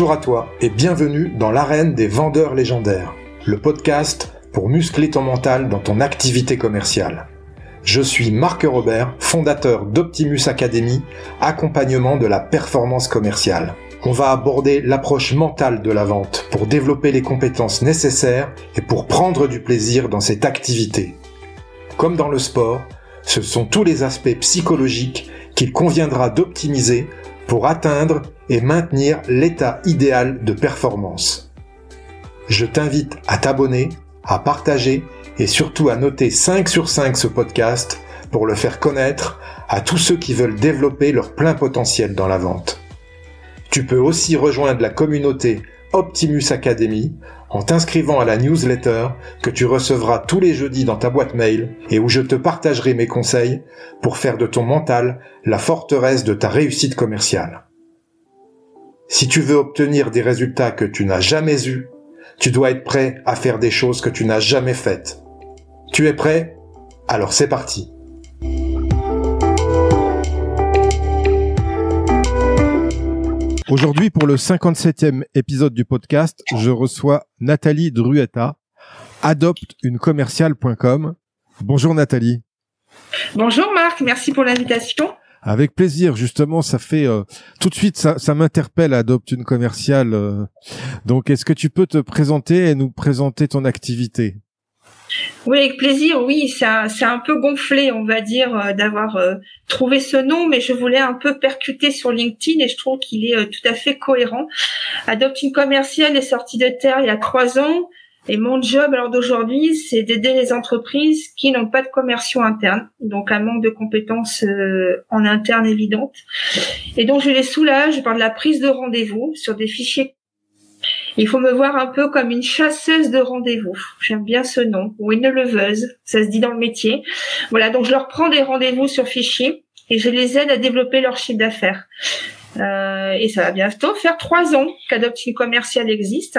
Bonjour à toi et bienvenue dans l'arène des vendeurs légendaires, le podcast pour muscler ton mental dans ton activité commerciale. Je suis Marc Robert, fondateur d'Optimus Academy, accompagnement de la performance commerciale. On va aborder l'approche mentale de la vente pour développer les compétences nécessaires et pour prendre du plaisir dans cette activité. Comme dans le sport, ce sont tous les aspects psychologiques qu'il conviendra d'optimiser pour atteindre et maintenir l'état idéal de performance. Je t'invite à t'abonner, à partager et surtout à noter 5 sur 5 ce podcast pour le faire connaître à tous ceux qui veulent développer leur plein potentiel dans la vente. Tu peux aussi rejoindre la communauté Optimus Academy en t'inscrivant à la newsletter que tu recevras tous les jeudis dans ta boîte mail et où je te partagerai mes conseils pour faire de ton mental la forteresse de ta réussite commerciale. Si tu veux obtenir des résultats que tu n'as jamais eus, tu dois être prêt à faire des choses que tu n'as jamais faites. Tu es prêt ? Alors c'est parti. Aujourd'hui, pour le 57e épisode du podcast, je reçois Nathalie Druetta, adopteunecommerciale.com. Bonjour Nathalie. Bonjour Marc, merci pour l'invitation. Avec plaisir, justement, ça fait tout de suite, ça m'interpelle, Adopte une commerciale. Donc, est-ce que tu peux te présenter et nous présenter ton activité ? Oui, avec plaisir. Oui, c'est un peu gonflé, on va dire, d'avoir trouvé ce nom, mais je voulais un peu percuter sur LinkedIn et je trouve qu'il est tout à fait cohérent. Adopte une commerciale est sorti de terre il y a 3 ans. Et mon job, alors d'aujourd'hui, c'est d'aider les entreprises qui n'ont pas de commerciaux internes, donc un manque de compétences en interne évidente. Et donc je les soulage par de la prise de rendez-vous sur des fichiers. Il faut me voir un peu comme une chasseuse de rendez-vous. J'aime bien ce nom, ou une leveuse, ça se dit dans le métier. Voilà, donc je leur prends des rendez-vous sur fichier et je les aide à développer leur chiffre d'affaires. Et ça va bientôt faire 3 ans qu'Adopte une commerciale existe.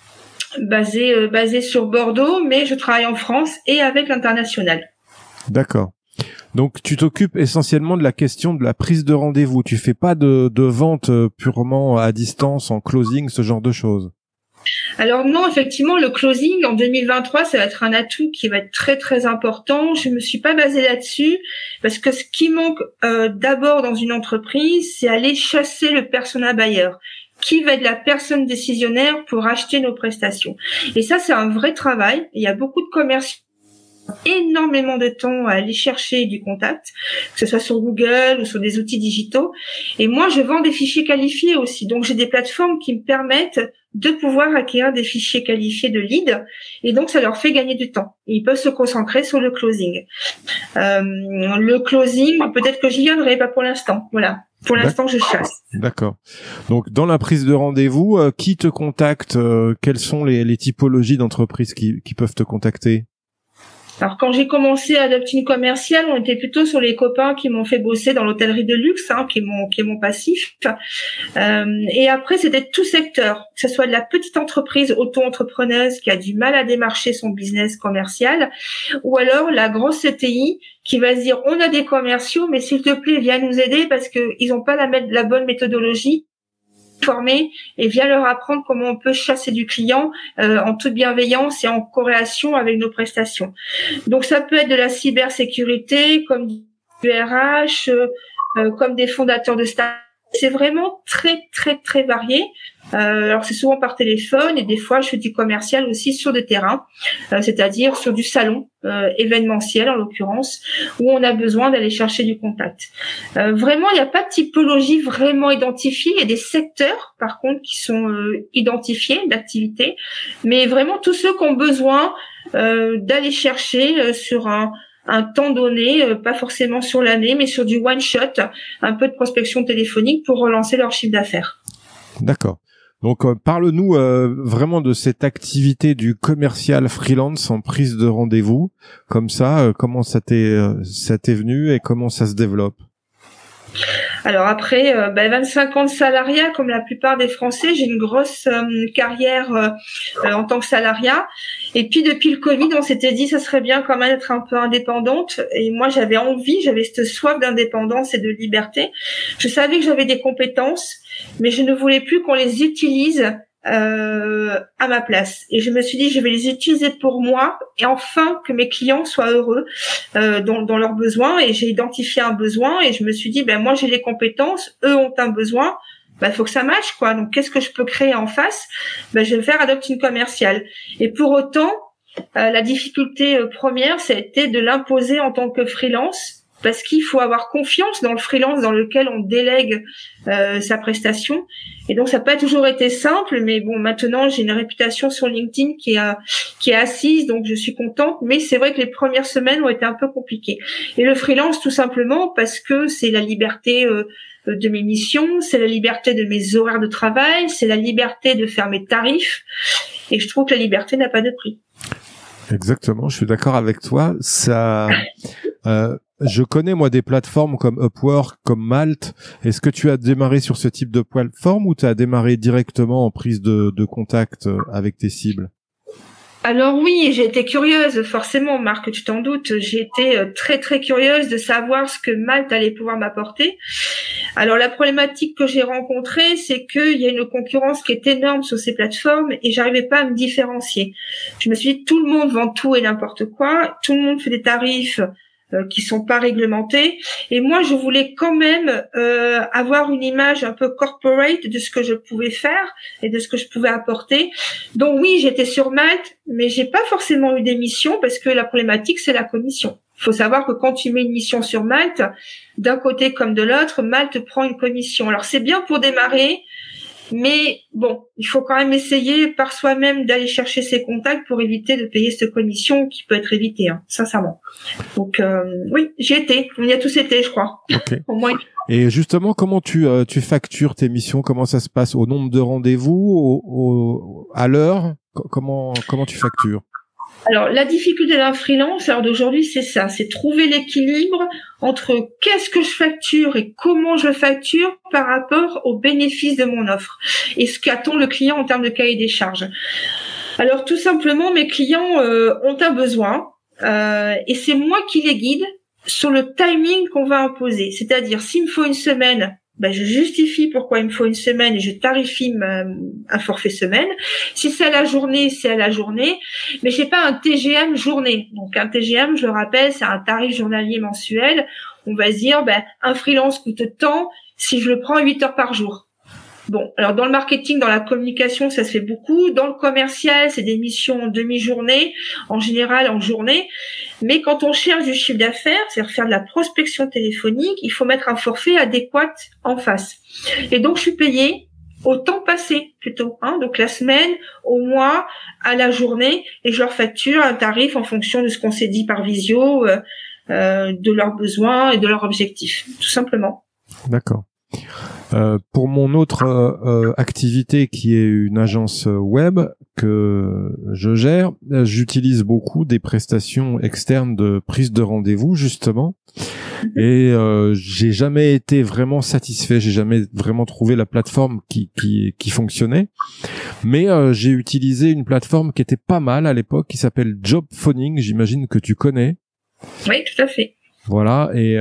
Basé sur Bordeaux, mais je travaille en France et avec l'international. D'accord. Donc, tu t'occupes essentiellement de la question de la prise de rendez-vous. Tu fais pas de vente purement à distance, en closing, ce genre de choses. Alors non, effectivement, le closing en 2023, ça va être un atout qui va être très très important. Je me suis pas basée là-dessus parce que ce qui manque d'abord dans une entreprise, c'est aller chasser le persona buyer. Qui va être la personne décisionnaire pour acheter nos prestations. Et ça, c'est un vrai travail. Il y a beaucoup de commerciaux énormément de temps à aller chercher du contact, que ce soit sur Google ou sur des outils digitaux. Et moi, je vends des fichiers qualifiés aussi. Donc, j'ai des plateformes qui me permettent de pouvoir acquérir des fichiers qualifiés de leads. Et donc, ça leur fait gagner du temps. Et ils peuvent se concentrer sur le closing. Le closing, peut-être que j'y viendrai, pas pour l'instant. Voilà. Pour l'instant, je chasse. D'accord. Donc, dans la prise de rendez-vous, qui te contacte ? Quelles sont les typologies d'entreprises qui peuvent te contacter ? Alors, quand j'ai commencé à adopter une commerciale, on était plutôt sur les copains qui m'ont fait bosser dans l'hôtellerie de luxe, qui est mon passif. Et après, c'était tout secteur, que ce soit de la petite entreprise auto-entrepreneuse qui a du mal à démarcher son business commercial, ou alors la grosse CTI qui va se dire, on a des commerciaux, mais s'il te plaît, viens nous aider parce que ils ont pas la bonne méthodologie. Former et viens leur apprendre comment on peut chasser du client en toute bienveillance et en corrélation avec nos prestations. Donc ça peut être de la cybersécurité, comme du RH, comme des fondateurs de start-up. C'est vraiment très très très varié. Alors c'est souvent par téléphone et des fois je fais du commercial aussi sur des terrains, c'est-à-dire sur du salon événementiel en l'occurrence, où on a besoin d'aller chercher du contact. Vraiment, il n'y a pas de typologie vraiment identifiée. Il y a des secteurs par contre qui sont identifiés d'activité, mais vraiment tous ceux qui ont besoin d'aller chercher sur un temps donné, pas forcément sur l'année, mais sur du one shot, un peu de prospection téléphonique pour relancer leur chiffre d'affaires. D'accord. Donc, parle-nous vraiment de cette activité du commercial freelance en prise de rendez-vous. Comme ça, comment ça t'est venu et comment ça se développe ? Alors après 25 ans de salariat, comme la plupart des Français, j'ai une grosse carrière en tant que salariat. Et puis depuis le Covid, on s'était dit ça serait bien quand même d'être un peu indépendante. Et moi j'avais cette soif d'indépendance et de liberté. Je savais que j'avais des compétences, mais je ne voulais plus qu'on les utilise à ma place. Et je me suis dit je vais les utiliser pour moi et enfin que mes clients soient heureux dans leurs besoins. Et j'ai identifié un besoin et je me suis dit moi j'ai les compétences, eux ont un besoin, faut que ça matche quoi. Donc qu'est-ce que je peux créer en face? Je vais faire Adoptine Commercial. Et pour autant la difficulté première, ça a été de l'imposer en tant que freelance. Parce qu'il faut avoir confiance dans le freelance dans lequel on délègue sa prestation. Et donc, ça n'a pas toujours été simple, mais bon, maintenant, j'ai une réputation sur LinkedIn qui est assise, donc je suis contente. Mais c'est vrai que les premières semaines ont été un peu compliquées. Et le freelance, tout simplement, parce que c'est la liberté de mes missions, c'est la liberté de mes horaires de travail, c'est la liberté de faire mes tarifs. Et je trouve que la liberté n'a pas de prix. Exactement, je suis d'accord avec toi. Ça... je connais moi des plateformes comme Upwork, comme Malt. Est-ce que tu as démarré sur ce type de plateforme ou tu as démarré directement en prise de contact avec tes cibles? Alors oui, j'ai été curieuse, forcément, Marc, tu t'en doutes. J'ai été très très curieuse de savoir ce que Malt allait pouvoir m'apporter. Alors la problématique que j'ai rencontrée, c'est qu'il y a une concurrence qui est énorme sur ces plateformes et j'arrivais pas à me différencier. Je me suis dit, tout le monde vend tout et n'importe quoi, tout le monde fait des tarifs qui sont pas réglementés. Et moi, je voulais quand même avoir une image un peu corporate de ce que je pouvais faire et de ce que je pouvais apporter. Donc oui, j'étais sur Malt, mais j'ai pas forcément eu des missions parce que la problématique, c'est la commission. Il faut savoir que quand tu mets une mission sur Malt, d'un côté comme de l'autre, Malt prend une commission. Alors c'est bien pour démarrer, mais bon, il faut quand même essayer par soi-même d'aller chercher ses contacts pour éviter de payer cette commission qui peut être évitée, sincèrement. Donc oui, j'y étais. On y a tous été, je crois. Okay. Au moins. Et justement, comment tu factures tes missions? Comment ça se passe? Au nombre de rendez-vous, à l'heure? Comment tu factures? Alors, la difficulté d'un freelance, d'aujourd'hui, c'est ça, c'est trouver l'équilibre entre qu'est-ce que je facture et comment je facture par rapport aux bénéfices de mon offre et ce qu'attend le client en termes de cahier des charges. Alors, tout simplement, mes clients ont un besoin et c'est moi qui les guide sur le timing qu'on va imposer. C'est-à-dire, s'il me faut une semaine, je justifie pourquoi il me faut une semaine et je tarifie un forfait semaine. Si c'est à la journée, c'est à la journée, mais j'ai pas un TGM journée. Donc un TGM, je le rappelle, c'est un tarif journalier mensuel. On va se dire, un freelance coûte tant si je le prends 8 heures par jour. Bon, alors dans le marketing, dans la communication, ça se fait beaucoup. Dans le commercial, c'est des missions en demi-journée, en général en journée. Mais quand on cherche du chiffre d'affaires, c'est-à-dire faire de la prospection téléphonique, il faut mettre un forfait adéquat en face. Et donc, je suis payée au temps passé plutôt, donc la semaine, au mois, à la journée, et je leur facture un tarif en fonction de ce qu'on s'est dit par visio, de leurs besoins et de leurs objectifs, tout simplement. D'accord. Pour mon autre activité qui est une agence web que je gère, j'utilise beaucoup des prestations externes de prise de rendez-vous justement et j'ai jamais été vraiment satisfait, j'ai jamais vraiment trouvé la plateforme qui fonctionnait, mais j'ai utilisé une plateforme qui était pas mal à l'époque qui s'appelle Jobphoning, j'imagine que tu connais. Oui, tout à fait. Voilà, et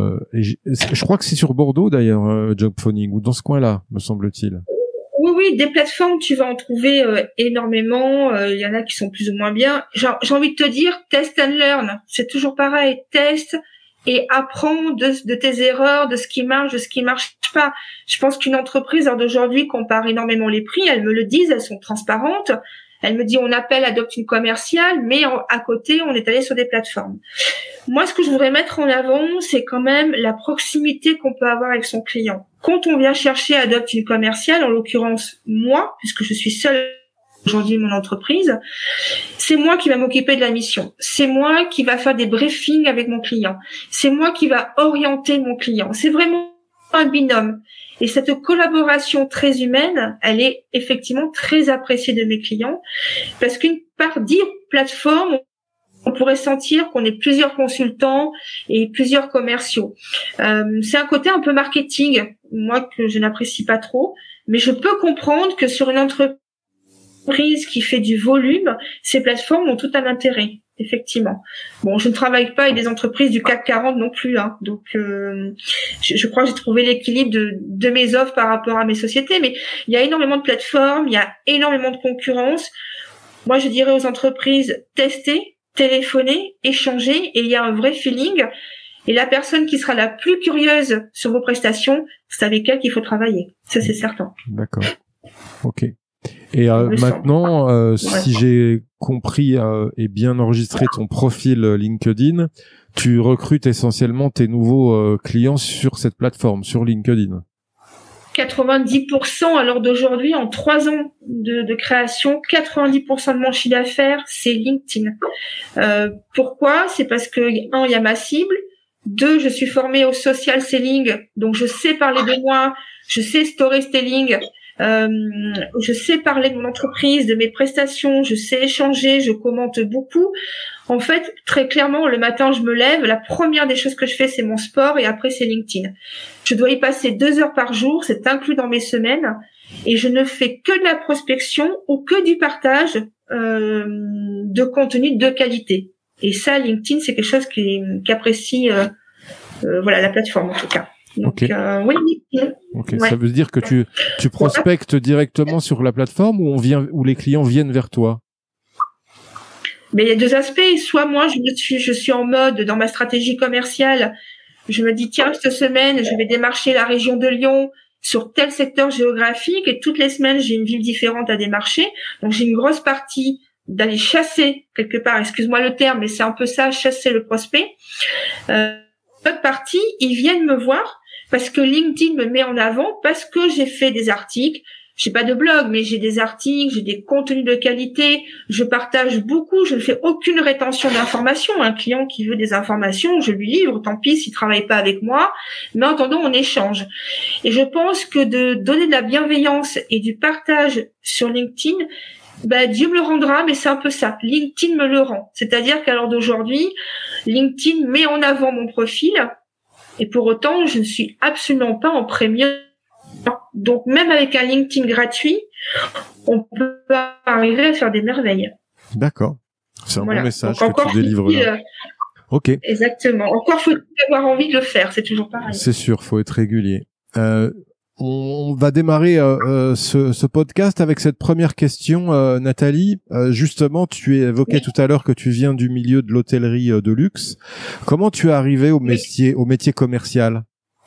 je crois que c'est sur Bordeaux d'ailleurs, Jobphoning, ou dans ce coin-là, me semble-t-il. Oui, des plateformes, tu vas en trouver énormément. Il y en a qui sont plus ou moins bien. J'ai envie de te dire, test and learn. C'est toujours pareil, teste et apprends de tes erreurs, de ce qui marche, de ce qui marche pas. Je pense qu'une entreprise d'aujourd'hui compare énormément les prix. Elles me le disent, elles sont transparentes. Elle me dit, on appelle Adoptine Commercial, mais à côté, on est allé sur des plateformes. Moi, ce que je voudrais mettre en avant, c'est quand même la proximité qu'on peut avoir avec son client. Quand on vient chercher Adoptine Commercial, en l'occurrence, moi, puisque je suis seule aujourd'hui mon entreprise, c'est moi qui va m'occuper de la mission. C'est moi qui va faire des briefings avec mon client. C'est moi qui va orienter mon client. C'est vraiment un binôme. Et cette collaboration très humaine, elle est effectivement très appréciée de mes clients parce qu'une part dire plateforme, on pourrait sentir qu'on est plusieurs consultants et plusieurs commerciaux. C'est un côté un peu marketing, moi, que je n'apprécie pas trop, mais je peux comprendre que sur une entreprise qui fait du volume, ces plateformes ont tout un intérêt, effectivement. Bon, je ne travaille pas avec des entreprises du CAC 40 non plus, hein, donc je crois que j'ai trouvé l'équilibre de mes offres par rapport à mes sociétés, mais il y a énormément de plateformes, il y a énormément de concurrence. Moi, je dirais aux entreprises, testez, téléphonez, échangez, et il y a un vrai feeling. Et la personne qui sera la plus curieuse sur vos prestations, c'est avec elle qu'il faut travailler. Ça, c'est certain. D'accord. Ok. Et maintenant, si j'ai compris et bien enregistré ton profil LinkedIn, tu recrutes essentiellement tes nouveaux clients sur cette plateforme, sur LinkedIn. 90% à l'heure d'aujourd'hui, en 3 ans de création, 90% de mon chiffre d'affaires, c'est LinkedIn. Pourquoi ? C'est parce que, 1, il y a ma cible. 2, je suis formée au social selling, donc je sais parler de moi, je sais storytelling, je sais parler de mon entreprise, de mes prestations, je sais échanger, je commente beaucoup. En fait, très clairement, le matin, je me lève, la première des choses que je fais, c'est mon sport et après, c'est LinkedIn. Je dois y passer 2 heures par jour, c'est inclus dans mes semaines, et je ne fais que de la prospection ou que du partage de contenu de qualité. Et ça, LinkedIn, c'est quelque chose qu'apprécie voilà, la plateforme en tout cas. Donc, okay. Oui, LinkedIn. Okay. Ouais. Ça veut dire que tu prospectes directement sur la plateforme ou les clients viennent vers toi? Mais il y a 2 aspects. Soit moi, je suis en mode dans ma stratégie commerciale. Je me dis, tiens, cette semaine, je vais démarcher la région de Lyon sur tel secteur géographique et toutes les semaines, j'ai une ville différente à démarcher. Donc, j'ai une grosse partie d'aller chasser quelque part, excuse-moi le terme, mais c'est un peu ça, chasser le prospect. L'autre partie, ils viennent me voir parce que LinkedIn me met en avant, parce que j'ai fait des articles. J'ai pas de blog, mais j'ai des articles, j'ai des contenus de qualité, je partage beaucoup, je ne fais aucune rétention d'informations. Un client qui veut des informations, je lui livre, tant pis s'il travaille pas avec moi, mais en attendant, on échange. Et je pense que de donner de la bienveillance et du partage sur LinkedIn, Dieu me le rendra, mais c'est un peu ça. LinkedIn me le rend. C'est-à-dire qu'à l'heure d'aujourd'hui, LinkedIn met en avant mon profil, et pour autant, je ne suis absolument pas en premium. Donc, même avec un LinkedIn gratuit, on peut arriver à faire des merveilles. D'accord. C'est un bon message que tu délivres là. Ok. Exactement. Encore faut-il avoir envie de le faire, c'est toujours pareil. C'est sûr, faut être régulier. On va démarrer ce podcast avec cette première question, Nathalie. Justement, tu évoquais tout à l'heure que tu viens du milieu de l'hôtellerie de luxe. Comment tu es arrivé au métier commercial ?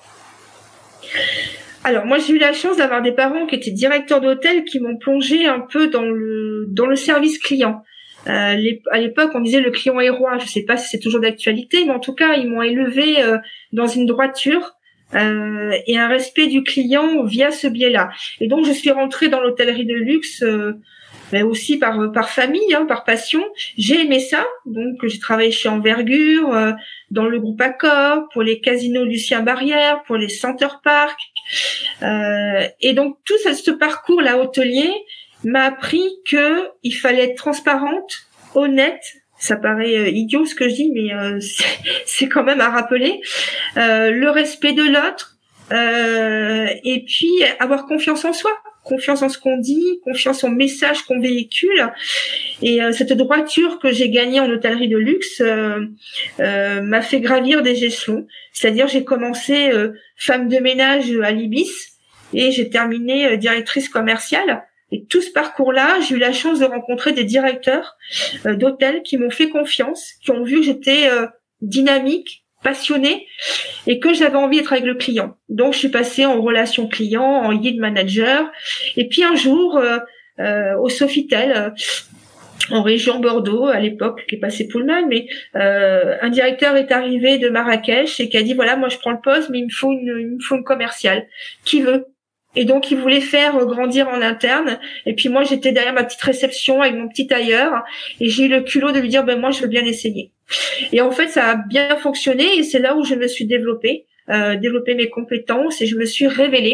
Alors moi j'ai eu la chance d'avoir des parents qui étaient directeurs d'hôtel qui m'ont plongé un peu dans le service client. À l'époque on disait le client est roi. Je sais pas si c'est toujours d'actualité, mais en tout cas ils m'ont élevé dans une droiture. Et un respect du client via ce biais-là. Et donc je suis rentrée dans l'hôtellerie de luxe, mais aussi par famille, par passion. J'ai aimé ça, donc j'ai travaillé chez Envergure, dans le groupe Accor, pour les casinos Lucien Barrière, pour les Center Park, et donc tout ce parcours-là hôtelier m'a appris que il fallait être transparente, honnête. Ça paraît idiot ce que je dis, mais c'est quand même à rappeler. Le respect de l'autre, et puis avoir confiance en soi, confiance en ce qu'on dit, confiance au message qu'on véhicule. Et cette droiture que j'ai gagnée en hôtellerie de luxe m'a fait gravir des échelons. C'est-à-dire j'ai commencé femme de ménage à l'Ibis et j'ai terminé directrice commerciale. Et tout ce parcours-là, j'ai eu la chance de rencontrer des directeurs d'hôtels qui m'ont fait confiance, qui ont vu que j'étais dynamique, passionnée et que j'avais envie d'être avec le client. Donc, je suis passée en relation client, en lead manager. Et puis un jour, au Sofitel, en région Bordeaux, à l'époque, qui est passé Pullman, mais un directeur est arrivé de Marrakech et qui a dit, voilà, moi je prends le poste, mais il me faut une commerciale. Qui veut ? Et donc, il voulait faire grandir en interne. Et puis moi, j'étais derrière ma petite réception avec mon petit tailleur. Et j'ai eu le culot de lui dire, moi, je veux bien essayer. Et en fait, ça a bien fonctionné. Et c'est là où je me suis développé mes compétences et je me suis révélée.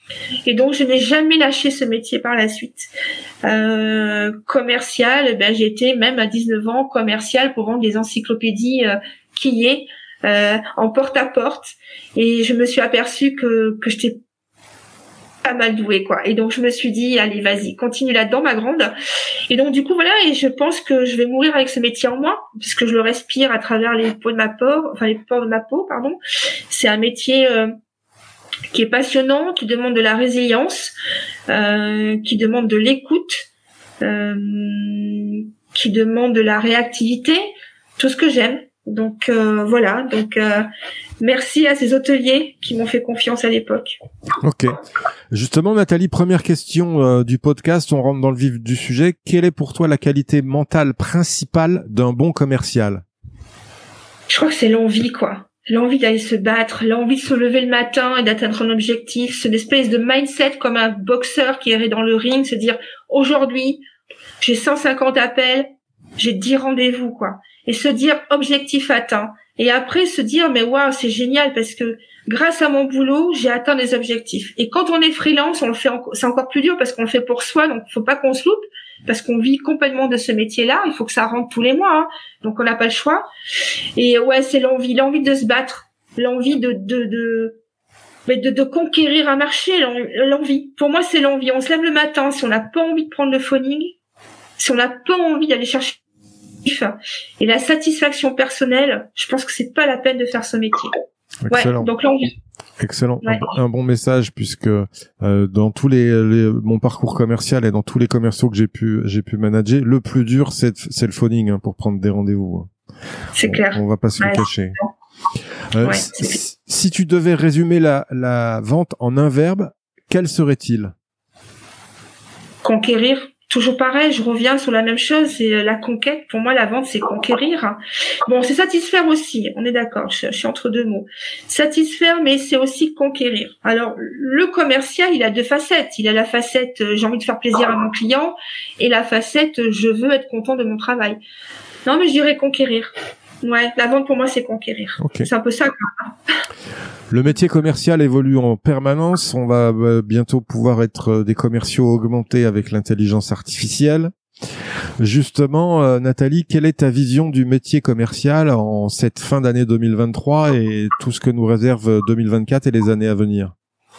Et donc, je n'ai jamais lâché ce métier par la suite. Commercial, j'ai été même à 19 ans commercial pour vendre des encyclopédies Quillet en porte-à-porte. Et je me suis aperçue que j'étais pas mal douée, quoi. Et donc, je me suis dit, allez, vas-y, continue là-dedans, ma grande. Et donc, du coup, voilà, et je pense que je vais mourir avec ce métier en moi, puisque je le respire à travers les pores de ma peau, pardon. C'est un métier qui est passionnant, qui demande de la résilience, qui demande de l'écoute, qui demande de la réactivité, tout ce que j'aime. Donc voilà, merci à ces hôteliers qui m'ont fait confiance à l'époque. Ok. Justement, Nathalie, première question du podcast, on rentre dans le vif du sujet. Quelle est pour toi la qualité mentale principale d'un bon commercial ? Je crois que c'est l'envie, quoi. L'envie d'aller se battre, l'envie de se lever le matin et d'atteindre un objectif, c'est une espèce de mindset comme un boxeur qui irait dans le ring, se dire aujourd'hui, j'ai 150 appels, j'ai 10 rendez-vous, quoi. Et se dire objectif atteint. Et après se dire mais waouh, c'est génial parce que grâce à mon boulot, j'ai atteint des objectifs. Et quand on est freelance, on le fait c'est encore plus dur parce qu'on le fait pour soi, donc faut pas qu'on se loupe parce qu'on vit complètement de ce métier-là, il faut que ça rentre tous les mois, hein. Donc on n'a pas le choix. Et ouais, c'est l'envie de se battre, l'envie de conquérir un marché, l'envie. Pour moi, c'est l'envie. On se lève le matin, si on n'a pas envie de prendre le phoning, si on n'a pas envie d'aller chercher et la satisfaction personnelle, je pense que c'est pas la peine de faire ce métier. Excellent. Ouais, donc l'envie. Excellent. Ouais. Un bon message puisque dans tous mon parcours commercial et dans tous les commerciaux que j'ai pu manager, le plus dur c'est le phoning pour prendre des rendez-vous. C'est clair. On va pas se le cacher. Si tu devais résumer la vente en un verbe, quel serait-il ? Conquérir. Toujours pareil, je reviens sur la même chose, c'est la conquête. Pour moi, la vente, c'est conquérir. Bon, c'est satisfaire aussi, on est d'accord, je suis entre deux mots. Satisfaire, mais c'est aussi conquérir. Alors, le commercial, il a deux facettes. Il a la facette j'ai envie de faire plaisir à mon client et la facette je veux être content de mon travail. Non, mais je dirais conquérir. Ouais, la vente pour moi, c'est conquérir. Okay. C'est un peu ça. Le métier commercial évolue en permanence. On va bientôt pouvoir être des commerciaux augmentés avec l'intelligence artificielle. Justement, Nathalie, quelle est ta vision du métier commercial en cette fin d'année 2023 et tout ce que nous réserve 2024 et les années à venir ?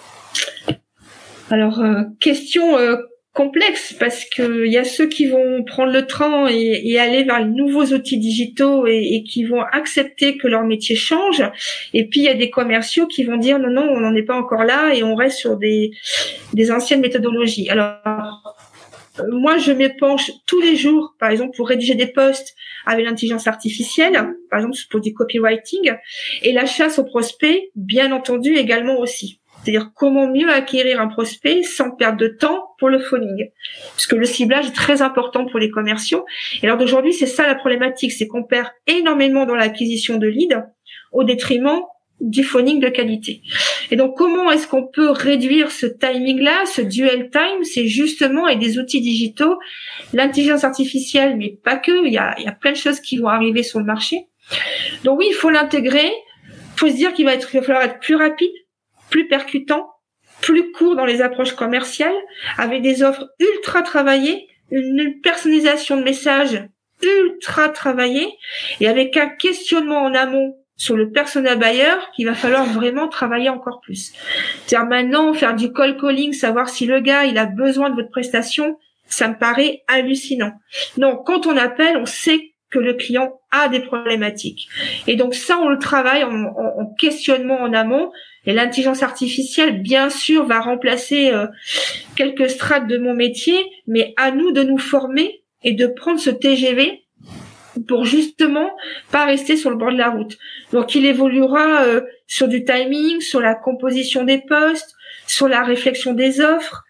Alors, question complexe parce que il y a ceux qui vont prendre le train et aller vers les nouveaux outils digitaux et qui vont accepter que leur métier change, et puis il y a des commerciaux qui vont dire non, on n'en est pas encore là et on reste sur des anciennes méthodologies. Alors moi je m'épanche tous les jours, par exemple pour rédiger des posts avec l'intelligence artificielle, par exemple pour du copywriting, et la chasse aux prospects bien entendu également aussi. C'est-à-dire comment mieux acquérir un prospect sans perdre de temps pour le phoning. Parce que le ciblage est très important pour les commerciaux. Et alors d'aujourd'hui, c'est ça la problématique, c'est qu'on perd énormément dans l'acquisition de leads au détriment du phoning de qualité. Et donc comment est-ce qu'on peut réduire ce timing-là, ce dual time? C'est justement avec des outils digitaux, l'intelligence artificielle, mais pas que, il y a plein de choses qui vont arriver sur le marché. Donc oui, il faut l'intégrer. Il faut se dire qu'il va falloir être plus rapide, plus percutant, plus court dans les approches commerciales, avec des offres ultra travaillées, une personnalisation de messages ultra travaillée, et avec un questionnement en amont sur le persona buyer qu'il va falloir vraiment travailler encore plus. C'est-à-dire maintenant, faire du call calling, savoir si le gars il a besoin de votre prestation, ça me paraît hallucinant. Non, quand on appelle, on sait que le client a des problématiques. Et donc ça, on le travaille en questionnement en amont. Et l'intelligence artificielle, bien sûr, va remplacer quelques strates de mon métier, mais à nous de nous former et de prendre ce TGV pour justement pas rester sur le bord de la route. Donc il évoluera sur du timing, sur la composition des postes, sur la réflexion des offres,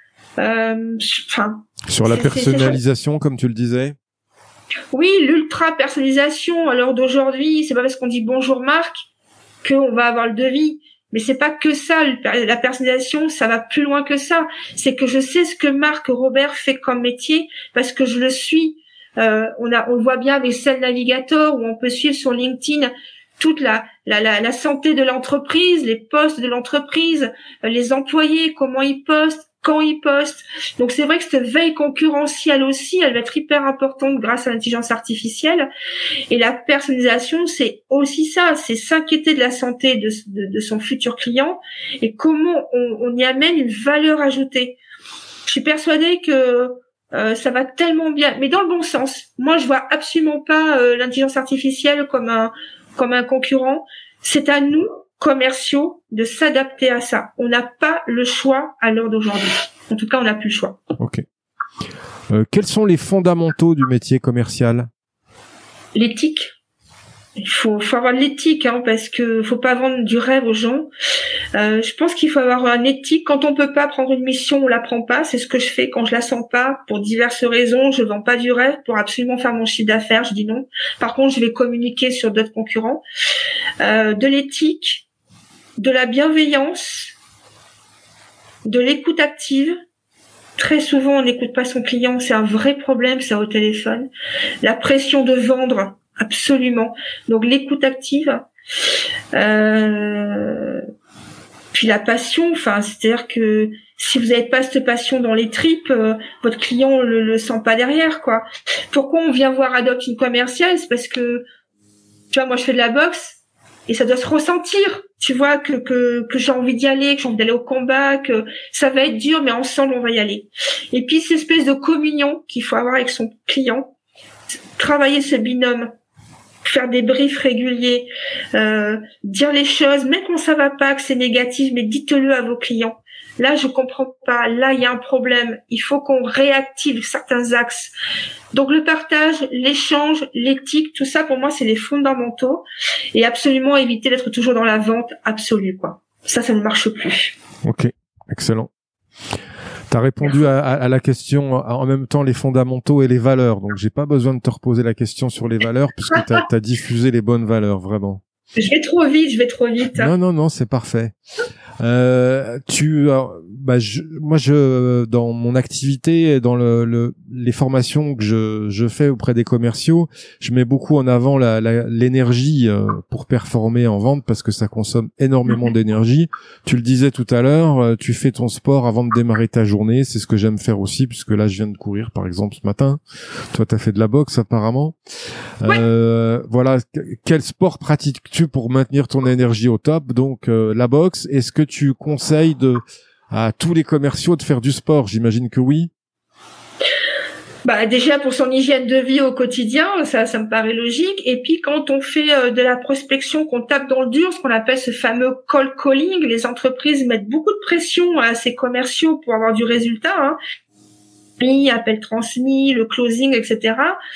sur la personnalisation, comme tu le disais. Oui, l'ultra personnalisation. Alors d'aujourd'hui, c'est pas parce qu'on dit bonjour Marc qu'on va avoir le devis. Mais c'est pas que ça, la personnalisation, ça va plus loin que ça. C'est que je sais ce que Marc Robert fait comme métier parce que je le suis. On le voit bien avec Sales Navigator où on peut suivre sur LinkedIn toute la santé de l'entreprise, les postes de l'entreprise, les employés, comment ils postent, quand ils postent. Donc c'est vrai que cette veille concurrentielle aussi, elle va être hyper importante grâce à l'intelligence artificielle. Et la personnalisation, c'est aussi ça, c'est s'inquiéter de la santé de son futur client et comment on y amène une valeur ajoutée. Je suis persuadée que ça va tellement bien, mais dans le bon sens. Moi, je vois absolument pas l'intelligence artificielle comme un concurrent. C'est à nous, commerciaux, de s'adapter à ça. On n'a pas le choix à l'heure d'aujourd'hui. En tout cas, on n'a plus le choix. Ok. Quels sont les fondamentaux du métier commercial ? L'éthique. Il faut avoir de l'éthique, parce que faut pas vendre du rêve aux gens. Je pense qu'il faut avoir une éthique. Quand on peut pas prendre une mission, on la prend pas. C'est ce que je fais quand je la sens pas. Pour diverses raisons, je vends pas du rêve pour absolument faire mon chiffre d'affaires. Je dis non. Par contre, je vais communiquer sur d'autres concurrents. De l'éthique, de la bienveillance, de l'écoute active. Très souvent, on n'écoute pas son client. C'est un vrai problème, ça, au téléphone. La pression de vendre. Absolument. Donc l'écoute active, puis la passion. C'est-à-dire que si vous n'avez pas cette passion dans les tripes, votre client le sent pas derrière, quoi. Pourquoi on vient voir Adoptine Commercial ? C'est parce que, tu vois, moi je fais de la boxe et ça doit se ressentir. Tu vois que j'ai envie d'y aller, que j'ai envie d'aller au combat, que ça va être dur, mais ensemble on va y aller. Et puis cette espèce de communion qu'il faut avoir avec son client, travailler ce binôme. Faire des briefs réguliers, dire les choses, même quand ça va pas, que c'est négatif, mais dites-le à vos clients. Là, je comprends pas. Là, il y a un problème. Il faut qu'on réactive certains axes. Donc, le partage, l'échange, l'éthique, tout ça, pour moi, c'est les fondamentaux. Et absolument éviter d'être toujours dans la vente absolue, quoi. Ça ne marche plus. Ok. Excellent. T'as répondu à la question en même temps les fondamentaux et les valeurs. Donc, j'ai pas besoin de te reposer la question sur les valeurs puisque t'as diffusé les bonnes valeurs, vraiment. Je vais trop vite. Non, c'est parfait. Moi, dans mon activité, dans les formations que je fais auprès des commerciaux, je mets beaucoup en avant l'énergie pour performer en vente parce que ça consomme énormément d'énergie. Tu le disais tout à l'heure, tu fais ton sport avant de démarrer ta journée. C'est ce que j'aime faire aussi puisque là, je viens de courir, par exemple, ce matin. Toi, t'as fait de la boxe, apparemment. Ouais. Voilà. Quel sport pratiques-tu pour maintenir ton énergie au top? Donc, la boxe. Est-ce que tu conseilles à tous les commerciaux de faire du sport? J'imagine que oui. Déjà pour son hygiène de vie au quotidien, ça me paraît logique. Et puis quand on fait de la prospection, qu'on tape dans le dur, ce qu'on appelle ce fameux cold calling, les entreprises mettent beaucoup de pression à ces commerciaux pour avoir du résultat. Appel transmis, le closing, etc.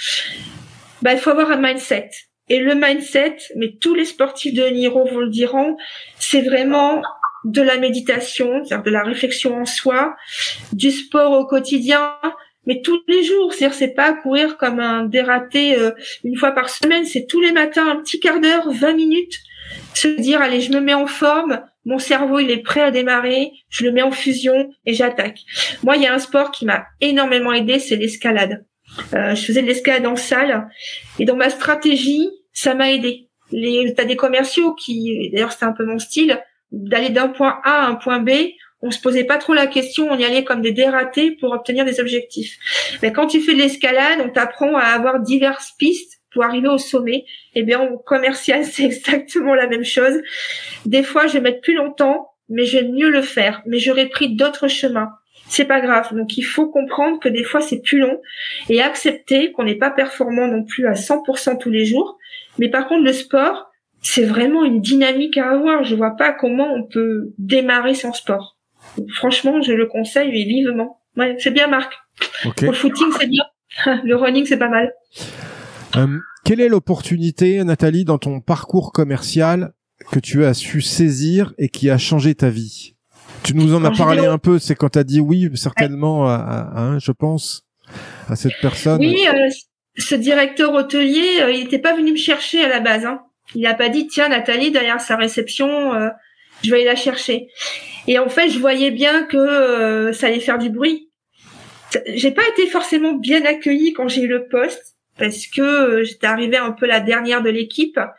Il faut avoir un mindset. Et le mindset, mais tous les sportifs de haut niveau vous le diront, c'est vraiment de la méditation, c'est-à-dire de la réflexion en soi, du sport au quotidien, mais tous les jours. C'est-à-dire, c'est pas courir comme un dératé une fois par semaine, c'est tous les matins, un petit quart d'heure, 20 minutes, se dire, allez, je me mets en forme, mon cerveau, il est prêt à démarrer, je le mets en fusion et j'attaque. Moi, il y a un sport qui m'a énormément aidé, c'est l'escalade. Je faisais de l'escalade en salle et dans ma stratégie, ça m'a aidé. T'as des commerciaux qui, d'ailleurs, c'était un peu mon style, d'aller d'un point A à un point B, on se posait pas trop la question, on y allait comme des dératés pour obtenir des objectifs. Mais quand tu fais de l'escalade, on t'apprend à avoir diverses pistes pour arriver au sommet. Au commercial, c'est exactement la même chose. Des fois, je vais mettre plus longtemps, mais je vais mieux le faire. Mais j'aurais pris d'autres chemins. C'est pas grave. Donc, il faut comprendre que des fois, c'est plus long et accepter qu'on n'est pas performant non plus à 100% tous les jours. Mais par contre, le sport, c'est vraiment une dynamique à avoir. Je vois pas comment on peut démarrer sans sport. Franchement, je le conseille vivement. Ouais, c'est bien, Marc. Okay. Pour le footing, c'est bien. Le running, c'est pas mal. Quelle est l'opportunité, Nathalie, dans ton parcours commercial que tu as su saisir et qui a changé ta vie? Tu nous en as parlé un peu, c'est quand tu as dit oui, certainement, je pense, à cette personne. Oui, ce directeur hôtelier, il n'était pas venu me chercher à la base. Il n'a pas dit, tiens, Nathalie, derrière sa réception, je vais aller la chercher. Et en fait, je voyais bien que ça allait faire du bruit. J'ai pas été forcément bien accueillie quand j'ai eu le poste, parce que j'étais arrivée un peu la dernière de l'équipe.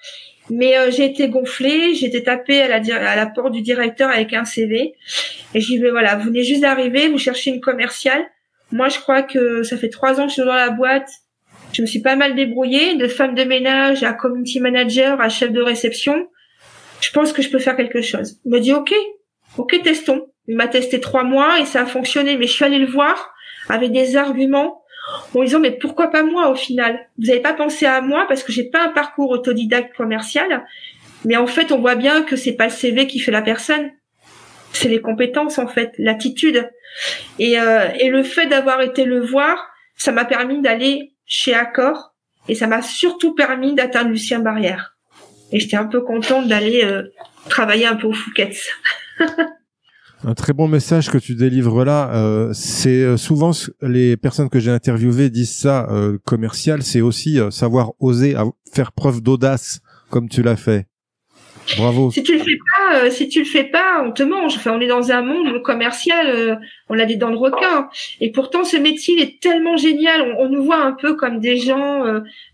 Mais j'ai été gonflée, j'ai été tapée à la porte du directeur avec un CV. Et j'ai dit, voilà, vous venez juste d'arriver, vous cherchez une commerciale. Moi, je crois que ça fait 3 ans que je suis dans la boîte. Je me suis pas mal débrouillée, de femme de ménage à community manager, à chef de réception. Je pense que je peux faire quelque chose. Il m'a dit, ok, testons. Il m'a testé 3 mois et ça a fonctionné. Mais je suis allée le voir avec des arguments en disant, mais pourquoi pas moi au final? Vous n'avez pas pensé à moi parce que j'ai pas un parcours autodidacte commercial. Mais en fait, on voit bien que c'est pas le CV qui fait la personne. C'est les compétences, en fait, l'attitude. Et le fait d'avoir été le voir, ça m'a permis d'aller chez Accor et ça m'a surtout permis d'atteindre Lucien Barrière. Et j'étais un peu contente d'aller travailler un peu au Fouquet's. Un très bon message que tu délivres là. C'est souvent les personnes que j'ai interviewées disent ça. Commercial, c'est aussi savoir oser, faire preuve d'audace, comme tu l'as fait. Bravo. Si tu le fais pas, on te mange. Enfin, on est dans un monde commercial, on a des dents de requin. Et pourtant, ce métier est tellement génial. On nous voit un peu comme des gens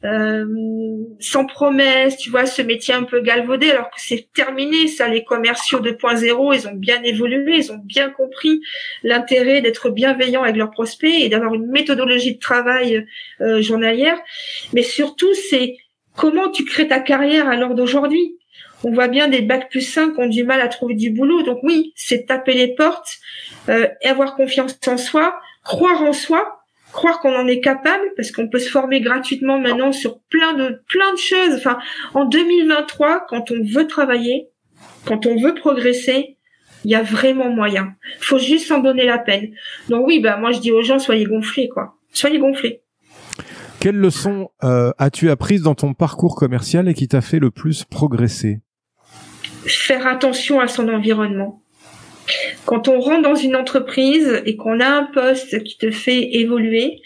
sans promesse. Tu vois, ce métier un peu galvaudé, alors que c'est terminé. Ça, les commerciaux 2.0, ils ont bien évolué, ils ont bien compris l'intérêt d'être bienveillants avec leurs prospects et d'avoir une méthodologie de travail journalière. Mais surtout, c'est comment tu crées ta carrière à l'heure d'aujourd'hui. On voit bien des bac+5 qui ont du mal à trouver du boulot. Donc oui, c'est taper les portes et avoir confiance en soi, croire en soi, croire qu'on en est capable, parce qu'on peut se former gratuitement maintenant sur plein de choses. Enfin, en 2023, quand on veut travailler, quand on veut progresser, il y a vraiment moyen. Faut juste s'en donner la peine. Donc oui, moi je dis aux gens, soyez gonflés, quoi. Soyez gonflés. Quelle leçon as-tu apprises dans ton parcours commercial et qui t'a fait le plus progresser? Faire attention à son environnement. Quand on rentre dans une entreprise et qu'on a un poste qui te fait évoluer,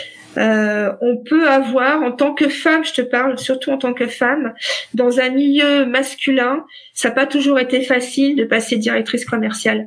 on peut avoir, en tant que femme, je te parle surtout en tant que femme, dans un milieu masculin, ça n'a pas toujours été facile de passer directrice commerciale.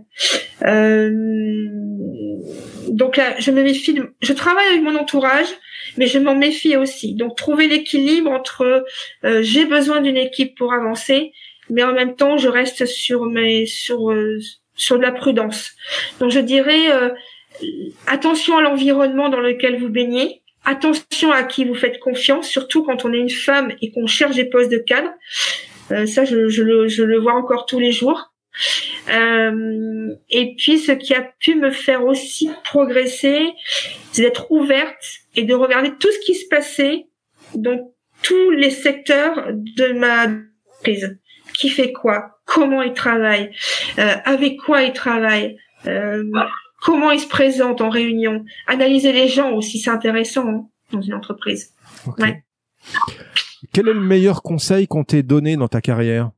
Donc là, je me méfie. Je travaille avec mon entourage, mais je m'en méfie aussi. Donc trouver l'équilibre entre j'ai besoin d'une équipe pour avancer, mais en même temps je reste sur de la prudence. Donc je dirais attention à l'environnement dans lequel vous baignez, attention à qui vous faites confiance, surtout quand on est une femme et qu'on cherche des postes de cadre. Ça je le vois encore tous les jours. Et puis ce qui a pu me faire aussi progresser, c'est d'être ouverte et de regarder tout ce qui se passait dans tous les secteurs de ma entreprise. Qui fait quoi, comment il travaille, avec quoi il travaille, comment il se présente en réunion. Analyser les gens aussi, c'est intéressant dans une entreprise. Okay. Ouais. Quel est le meilleur conseil qu'on t'ait donné dans ta carrière?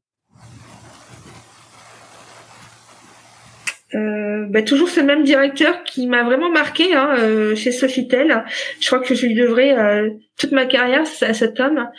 Toujours ce même directeur qui m'a vraiment marqué chez Sofitel. Je crois que je lui devrais toute ma carrière à cet homme.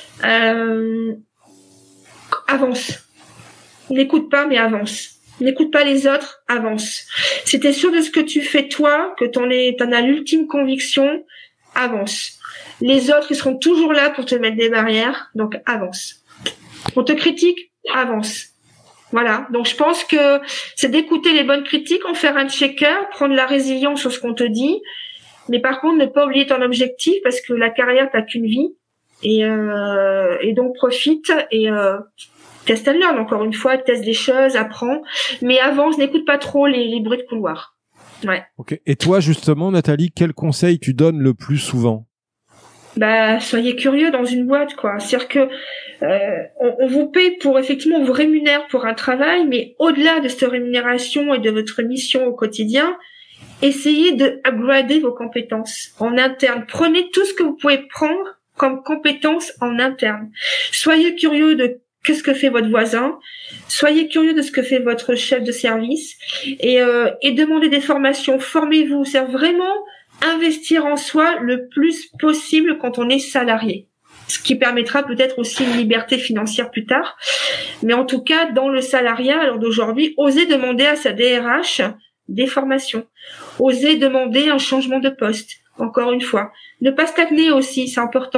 Avance. N'écoute pas, mais avance. N'écoute pas les autres, avance. Si t'es sûr de ce que tu fais toi, que t'en as l'ultime conviction, avance. Les autres, ils seront toujours là pour te mettre des barrières, donc avance. On te critique, avance. Voilà. Donc je pense que c'est d'écouter les bonnes critiques, en faire un checker, prendre la résilience sur ce qu'on te dit, mais par contre ne pas oublier ton objectif parce que la carrière t'as qu'une vie. Et donc profite et test and learn, encore une fois, teste des choses, apprends, mais avance, n'écoute pas trop les bruits de couloir. Ouais. Ok. Et toi justement, Nathalie, quel conseil tu donnes le plus souvent? Soyez curieux dans une boîte, quoi. C'est-à-dire que on vous paye pour, effectivement, on vous rémunère pour un travail, mais au-delà de cette rémunération et de votre mission au quotidien, essayez de upgrader vos compétences en interne. Prenez tout ce que vous pouvez prendre comme compétences en interne. Soyez curieux de qu'est-ce que fait votre voisin, soyez curieux de ce que fait votre chef de service et demandez des formations, formez-vous. C'est vraiment investir en soi le plus possible quand on est salarié. Ce qui permettra peut-être aussi une liberté financière plus tard. Mais en tout cas, dans le salariat, alors d'aujourd'hui, osez demander à sa DRH des formations. Osez demander un changement de poste. Encore une fois. Ne pas stagner aussi, c'est important.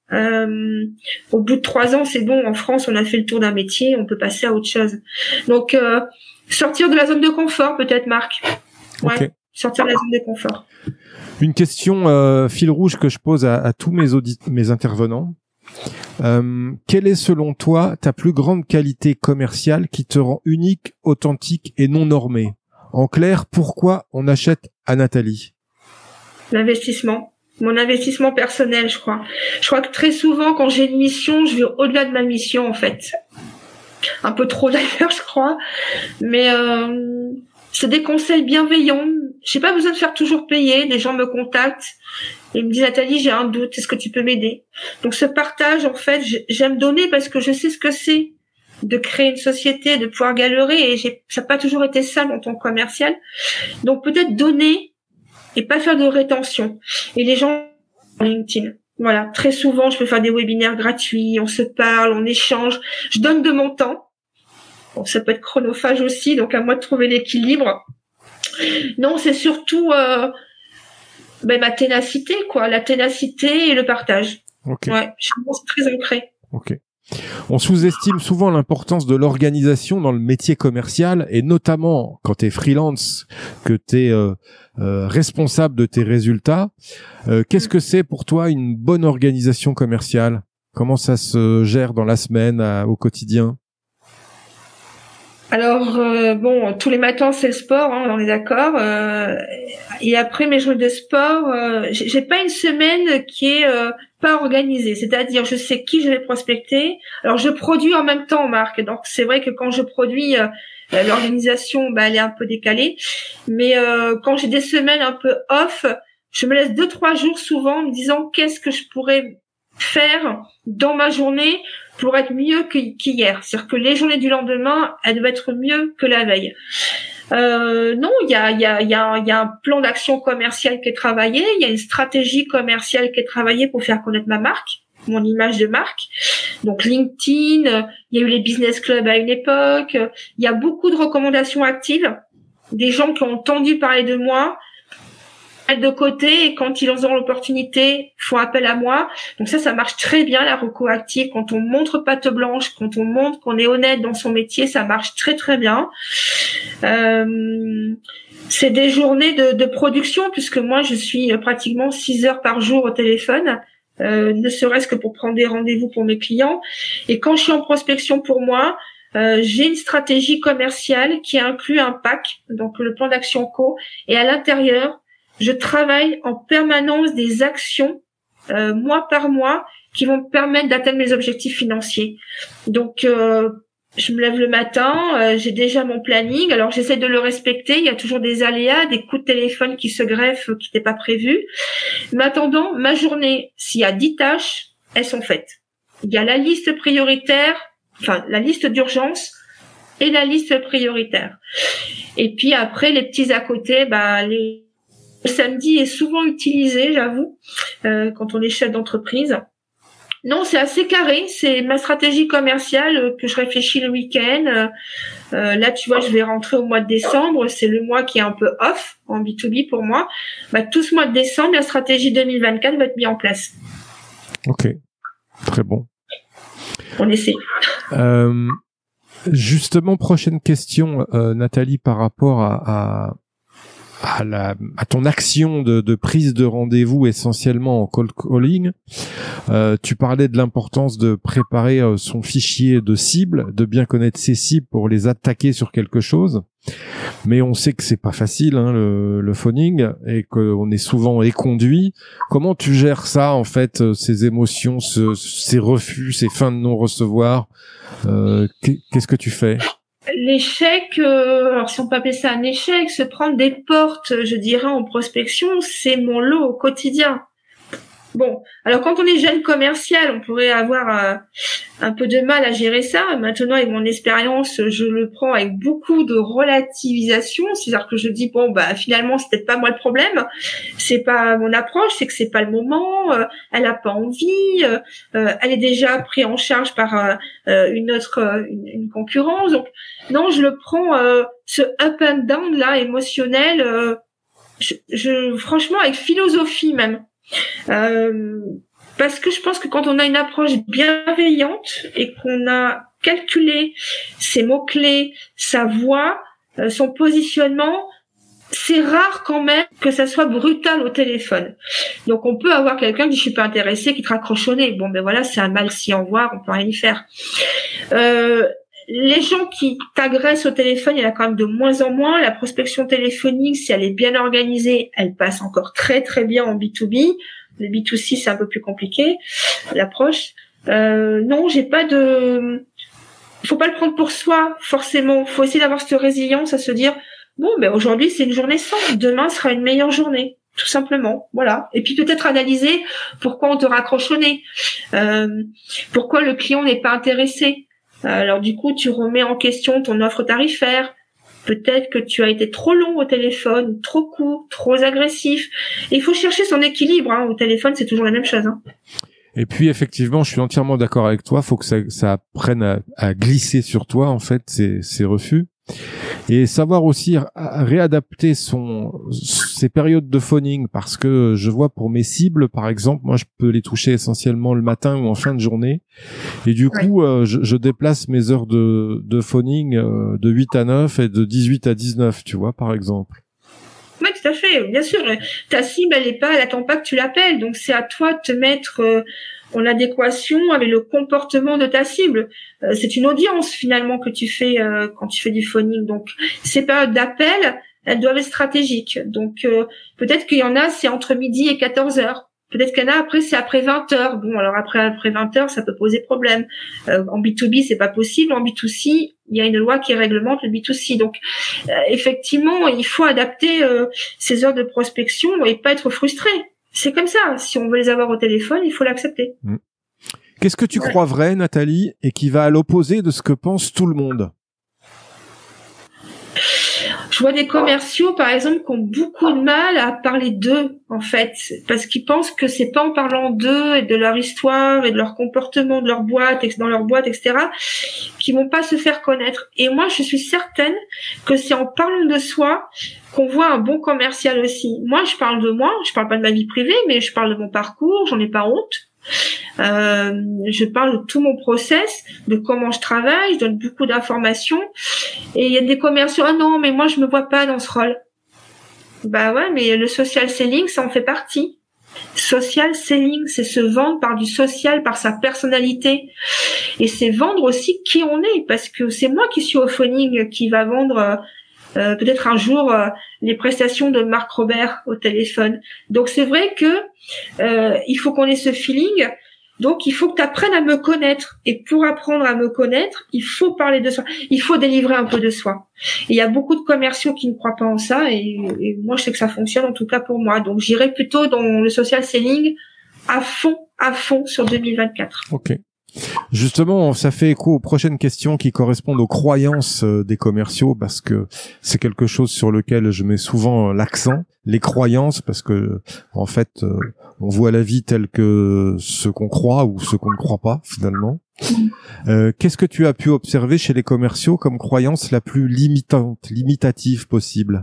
Au bout de 3 ans, c'est bon. En France, on a fait le tour d'un métier, on peut passer à autre chose. Donc, sortir de la zone de confort, peut-être, Marc. Ouais, okay. Sortir de la zone de confort. Une question fil rouge que je pose à tous mes intervenants. Quelle est selon toi ta plus grande qualité commerciale qui te rend unique, authentique et non normée? En clair, pourquoi on achète à Nathalie? L'investissement. Mon investissement personnel, je crois. Je crois que très souvent, quand j'ai une mission, je vais au-delà de ma mission, en fait. Un peu trop d'ailleurs, je crois. Mais c'est des conseils bienveillants. J'ai pas besoin de faire toujours payer. Les gens me contactent et me disent, Nathalie, j'ai un doute, est-ce que tu peux m'aider? Donc ce partage, en fait, j'aime donner parce que je sais ce que c'est de créer une société, de pouvoir galérer, et ça n'a pas toujours été simple en tant que commercial. Donc peut-être donner et pas faire de rétention. Et les gens LinkedIn. Voilà, très souvent, je peux faire des webinaires gratuits, on se parle, on échange, je donne de mon temps. Bon, ça peut être chronophage aussi, donc à moi de trouver l'équilibre. Non, c'est surtout ma ténacité, quoi, la ténacité et le partage. Okay. Ouais, je pense très ancré. Ok. On sous-estime souvent l'importance de l'organisation dans le métier commercial, et notamment quand tu es freelance, que tu es responsable de tes résultats. Qu'est-ce que c'est pour toi une bonne organisation commerciale? Comment ça se gère dans la semaine, au quotidien? Alors, tous les matins, c'est le sport, hein, on est d'accord. Et après mes journées de sport, j'ai pas une semaine qui est pas organisée. C'est-à-dire, je sais qui je vais prospecter. Alors, je produis en même temps, Marc. Donc, c'est vrai que quand je produis, l'organisation, elle est un peu décalée. Mais quand j'ai des semaines un peu off, je me laisse 2-3 jours souvent en me disant qu'est-ce que je pourrais faire dans ma journée pour être mieux qu'hier. C'est-à-dire que les journées du lendemain, elles doivent être mieux que la veille. Non, il y a un plan d'action commercial qui est travaillé, il y a une stratégie commerciale qui est travaillée pour faire connaître ma marque, mon image de marque. Donc LinkedIn, il y a eu les business clubs à une époque, il y a beaucoup de recommandations actives, des gens qui ont entendu parler de moi, de côté, et quand ils ont l'opportunité, font appel à moi. Donc ça marche très bien, la reco active. Quand on montre patte blanche, quand on montre qu'on est honnête dans son métier, ça marche très très bien. C'est des journées de production, puisque moi je suis pratiquement 6 heures par jour au téléphone, ne serait-ce que pour prendre des rendez-vous pour mes clients. Et quand je suis en prospection pour moi, j'ai une stratégie commerciale qui inclut un pack, donc le plan d'action co, et à l'intérieur, je travaille en permanence des actions, mois par mois, qui vont me permettre d'atteindre mes objectifs financiers. Donc, je me lève le matin, j'ai déjà mon planning. Alors, j'essaie de le respecter. Il y a toujours des aléas, des coups de téléphone qui se greffent, qui n'étaient pas prévus. Mais attendant, ma journée, s'il y a 10 tâches, elles sont faites. Il y a la liste prioritaire, enfin, la liste d'urgence et la liste prioritaire. Et puis après, les petits à côté, le samedi est souvent utilisé, j'avoue, quand on est chef d'entreprise. Non, c'est assez carré. C'est ma stratégie commerciale que je réfléchis le week-end. Là, tu vois, je vais rentrer au mois de décembre. C'est le mois qui est un peu off en B2B pour moi. Tout ce mois de décembre, la stratégie 2024 va être mise en place. Ok, très bon. On essaie. Justement, prochaine question, Nathalie, par rapport à ton action de prise de rendez-vous essentiellement en cold calling. Tu parlais de l'importance de préparer son fichier de cibles, de bien connaître ses cibles pour les attaquer sur quelque chose. Mais on sait que c'est pas facile, hein, le phoning, et qu'on est souvent éconduit. Comment tu gères ça, en fait, ces émotions, ces refus, ces fins de non-recevoir? Qu'est-ce que tu fais? L'échec, alors si on peut appeler ça un échec, se prendre des portes, je dirais, en prospection, c'est mon lot au quotidien. Bon, alors quand on est jeune commercial, on pourrait avoir un peu de mal à gérer ça. Maintenant, avec mon expérience, je le prends avec beaucoup de relativisation. C'est-à-dire que je dis, finalement, c'est peut-être pas moi le problème. C'est pas mon approche, c'est que c'est pas le moment. Elle a pas envie. Elle est déjà prise en charge par une concurrence. Donc, non, je le prends, ce up and down là, émotionnel, franchement, avec philosophie même. parce que je pense que quand on a une approche bienveillante et qu'on a calculé ses mots-clés, sa voix, son positionnement, c'est rare quand même que ça soit brutal au téléphone. Donc on peut avoir quelqu'un qui dit je suis pas intéressé, qui te raccroche au nez. Bon ben voilà, c'est un mal si en voir, on peut rien y faire. Les gens qui t'agressent au téléphone, il y en a quand même de moins en moins. La prospection téléphonique, si elle est bien organisée, elle passe encore très très bien en B2B. Le B2C, c'est un peu plus compliqué, l'approche. Non, j'ai pas de... Faut pas le prendre pour soi, forcément. Faut essayer d'avoir cette résilience à se dire, bon, ben aujourd'hui, c'est une journée sans. Demain sera une meilleure journée. Tout simplement, voilà. Et puis peut-être analyser pourquoi on te raccroche au nez. Pourquoi le client n'est pas intéressé. Alors du coup, tu remets en question ton offre tarifaire. Peut-être que tu as été trop long au téléphone, trop court, trop agressif. Et il faut chercher son équilibre. Au téléphone, c'est toujours la même chose. Et puis effectivement, je suis entièrement d'accord avec toi. Faut que ça apprenne à glisser sur toi en fait ces refus. Et savoir aussi réadapter ses périodes de phoning, parce que je vois pour mes cibles, par exemple, moi je peux les toucher essentiellement le matin ou en fin de journée, et du coup je déplace mes heures de phoning de 8 à 9 et de 18 à 19, tu vois, par exemple. Oui, tout à fait, bien sûr. Ta cible, elle attend pas que tu l'appelles, donc c'est à toi de te mettre en adéquation avec le comportement de ta cible. C'est une audience finalement que tu fais quand tu fais du phoning. Donc ces périodes d'appel, elles doivent être stratégiques. Donc peut-être qu'il y en a, c'est entre midi et 14 heures. Peut-être qu'il y en a après, c'est après 20 heures. Bon, alors après 20 heures, ça peut poser problème. En B2B, c'est pas possible. En B2C, il y a une loi qui réglemente le B2C. Donc, effectivement, il faut adapter ces heures de prospection et pas être frustré. C'est comme ça. Si on veut les avoir au téléphone, il faut l'accepter. Qu'est-ce que tu crois vrai, Nathalie, et qui va à l'opposé de ce que pense tout le monde? Je vois des commerciaux, par exemple, qui ont beaucoup de mal à parler d'eux, en fait, parce qu'ils pensent que c'est pas en parlant d'eux et de leur histoire et de leur comportement de leur boîte, dans leur boîte, etc., qu'ils vont pas se faire connaître. Et moi, je suis certaine que c'est en parlant de soi qu'on voit un bon commercial aussi. Moi, je parle de moi, je parle pas de ma vie privée, mais je parle de mon parcours, j'en ai pas honte. Je parle de tout mon process, de comment je travaille, je donne beaucoup d'informations. Et il y a des commerciaux, ah non, mais moi je me vois pas dans ce rôle. Bah ouais, mais le social selling, ça en fait partie. Social selling, c'est se vendre par du social, par sa personnalité. Et c'est vendre aussi qui on est, parce que c'est moi qui suis au phoning qui va vendre peut-être un jour les prestations de Marc Robert au téléphone. Donc c'est vrai que il faut qu'on ait ce feeling. Donc il faut que tu apprennes à me connaître. Et pour apprendre à me connaître, il faut parler de soi. Il faut délivrer un peu de soi. Et il y a beaucoup de commerciaux qui ne croient pas en ça. Et moi, je sais que ça fonctionne, en tout cas pour moi. Donc j'irai plutôt dans le social selling à fond sur 2024. Ok. Justement, ça fait écho aux prochaines questions qui correspondent aux croyances des commerciaux, parce que c'est quelque chose sur lequel je mets souvent l'accent, les croyances, parce que en fait, on voit la vie telle que ce qu'on croit ou ce qu'on ne croit pas finalement. Qu'est-ce que tu as pu observer chez les commerciaux comme croyance la plus limitative possible?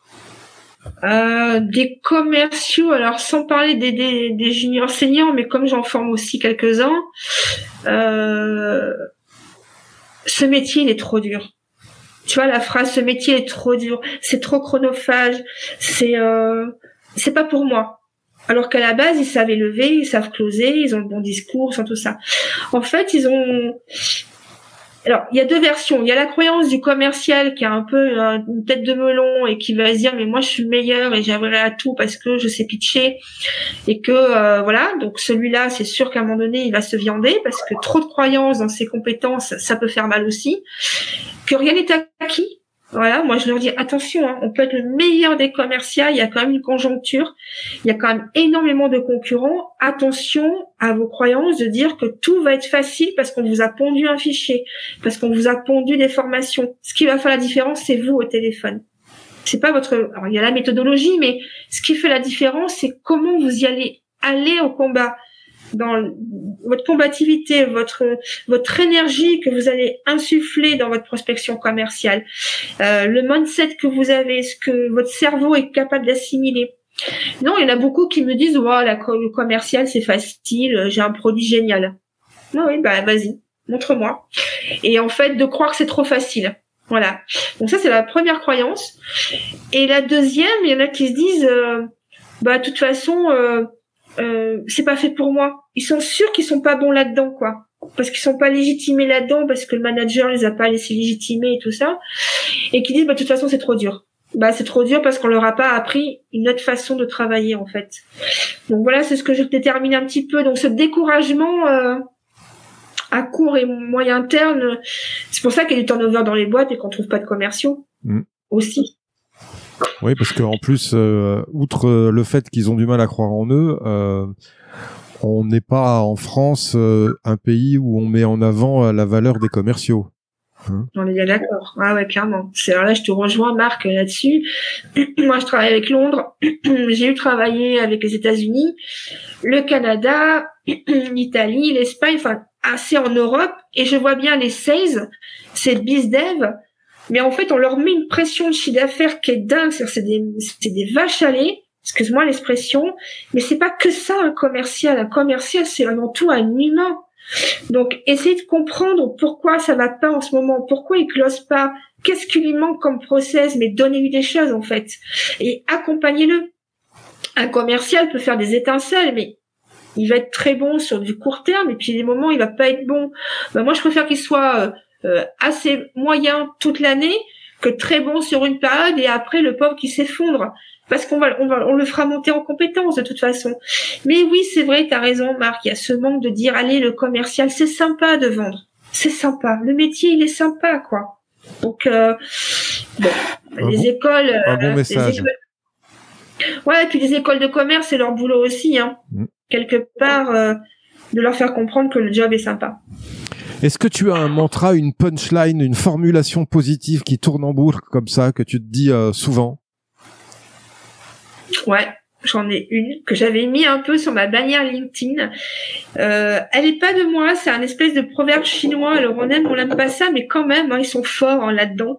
Des commerciaux, alors sans parler des juniors seniors, mais comme j'en forme aussi quelques-uns, ce métier il est trop dur. Tu vois la phrase, ce métier est trop dur, c'est trop chronophage, c'est pas pour moi. Alors qu'à la base ils savent élever, ils savent closer, ils ont le bon discours, ils ont tout ça. En fait alors, il y a deux versions. Il y a la croyance du commercial qui a un peu une tête de melon et qui va se dire mais moi je suis le meilleur et j'arriverai à tout parce que je sais pitcher et que voilà. Donc celui-là, c'est sûr qu'à un moment donné, il va se viander parce que trop de croyances dans ses compétences, ça peut faire mal aussi. Que rien n'est acquis. Voilà, moi je leur dis attention, on peut être le meilleur des commerciaux, il y a quand même une conjoncture, il y a quand même énormément de concurrents. Attention à vos croyances de dire que tout va être facile parce qu'on vous a pondu un fichier, parce qu'on vous a pondu des formations. Ce qui va faire la différence, c'est vous au téléphone. C'est pas alors il y a la méthodologie, mais ce qui fait la différence, c'est comment vous y aller au combat. Dans votre combativité, votre énergie que vous allez insuffler dans votre prospection commerciale, le mindset que vous avez, ce que votre cerveau est capable d'assimiler. Non, il y en a beaucoup qui me disent, le commercial, c'est facile, j'ai un produit génial. Ah oui, vas-y, montre-moi. Et en fait, de croire que c'est trop facile. Voilà. Donc ça, c'est la première croyance. Et la deuxième, il y en a qui se disent, de toute façon, c'est pas fait pour moi. Ils sont sûrs qu'ils sont pas bons là-dedans, quoi. Parce qu'ils sont pas légitimés là-dedans, parce que le manager les a pas laissés légitimer et tout ça. Et qui disent, de toute façon, c'est trop dur. C'est trop dur parce qu'on leur a pas appris une autre façon de travailler, en fait. Donc voilà, c'est ce que je détermine un petit peu. Donc ce découragement, à court et moyen terme, c'est pour ça qu'il y a du turnover dans les boîtes et qu'on trouve pas de commerciaux aussi. Oui, parce qu'en plus, outre le fait qu'ils ont du mal à croire en eux, on n'est pas en France un pays où on met en avant la valeur des commerciaux. On est bien d'accord. Ah ouais, clairement. Alors là, je te rejoins, Marc, là-dessus. Moi, je travaille avec Londres. J'ai eu travaillé avec les États-Unis, le Canada, l'Italie, l'Espagne, enfin, assez en Europe. Et je vois bien les sales, c'est BizDev. Mais en fait, on leur met une pression de chiffre d'affaires qui est dingue. C'est des vaches à lait. Excuse-moi l'expression. Mais c'est pas que ça, un commercial. Un commercial, c'est avant tout un humain. Donc, essayez de comprendre pourquoi ça va pas en ce moment, pourquoi il close pas, qu'est-ce qui lui manque comme process, mais donnez-lui des choses, en fait. Et accompagnez-le. Un commercial peut faire des étincelles, mais il va être très bon sur du court terme, et puis des moments, il va pas être bon. Moi, je préfère qu'il soit assez moyen toute l'année que très bon sur une période, et après, le pauvre qui s'effondre. Parce on le fera monter en compétence de toute façon. Mais oui, c'est vrai, t'as raison, Marc. Il y a ce manque de dire, allez, le commercial, c'est sympa de vendre. C'est sympa. Le métier, il est sympa, quoi. Donc, écoles. Un bon message. Ouais, et puis les écoles de commerce, c'est leur boulot aussi, hein. Quelque part, de leur faire comprendre que le job est sympa. Est-ce que tu as un mantra, une punchline, une formulation positive qui tourne en boucle comme ça, que tu te dis souvent? Ouais, j'en ai une que j'avais mis un peu sur ma bannière LinkedIn. Elle est pas de moi, c'est un espèce de proverbe chinois. Alors on l'aime pas ça, mais quand même, ils sont forts là-dedans.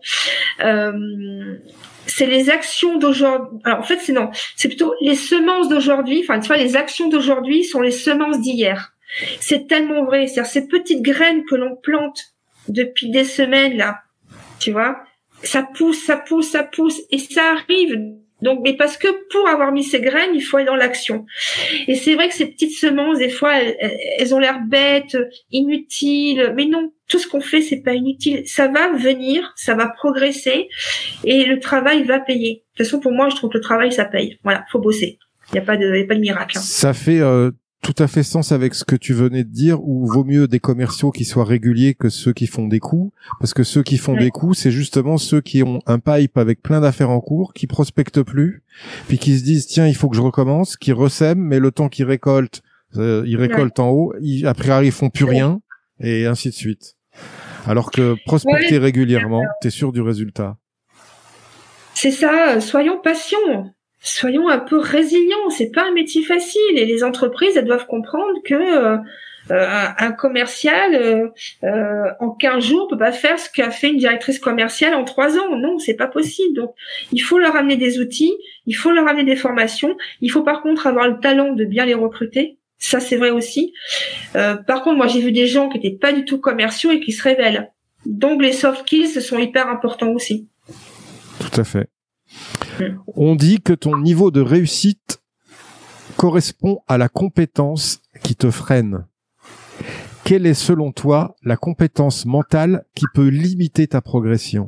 C'est les actions d'aujourd'hui. Alors en fait, c'est plutôt les semences d'aujourd'hui. Enfin, tu vois, les actions d'aujourd'hui sont les semences d'hier. C'est tellement vrai. C'est-à-dire ces petites graines que l'on plante depuis des semaines là, tu vois, ça pousse, et ça arrive. Donc, mais parce que pour avoir mis ces graines, il faut aller dans l'action. Et c'est vrai que ces petites semences, des fois, elles ont l'air bêtes, inutiles. Mais non, tout ce qu'on fait, c'est pas inutile. Ça va venir, ça va progresser, et le travail va payer. De toute façon, pour moi, je trouve que le travail, ça paye. Voilà, faut bosser. Il y a pas de miracle. Hein. Ça fait tout à fait sens avec ce que tu venais de dire, où vaut mieux des commerciaux qui soient réguliers que ceux qui font des coups, parce que ceux qui font des coups, c'est justement ceux qui ont un pipe avec plein d'affaires en cours, qui prospectent plus, puis qui se disent tiens, il faut que je recommence, qui ressèment, mais le temps qu'ils récoltent, ils récoltent en haut, après ils font plus rien, et ainsi de suite. Alors que prospecter régulièrement, t'es sûr du résultat. C'est ça, soyons patients. Soyons un peu résilients, c'est pas un métier facile, et les entreprises, elles doivent comprendre que un commercial en 15 jours peut pas faire ce qu'a fait une directrice commerciale en 3 ans. Non, c'est pas possible. Donc, il faut leur amener des outils, il faut leur amener des formations. Il faut par contre avoir le talent de bien les recruter. Ça, c'est vrai aussi. Par contre, moi, j'ai vu des gens qui étaient pas du tout commerciaux et qui se révèlent. Donc, les soft skills sont hyper importants aussi. Tout à fait. On dit que ton niveau de réussite correspond à la compétence qui te freine. Quelle est selon toi la compétence mentale qui peut limiter ta progression?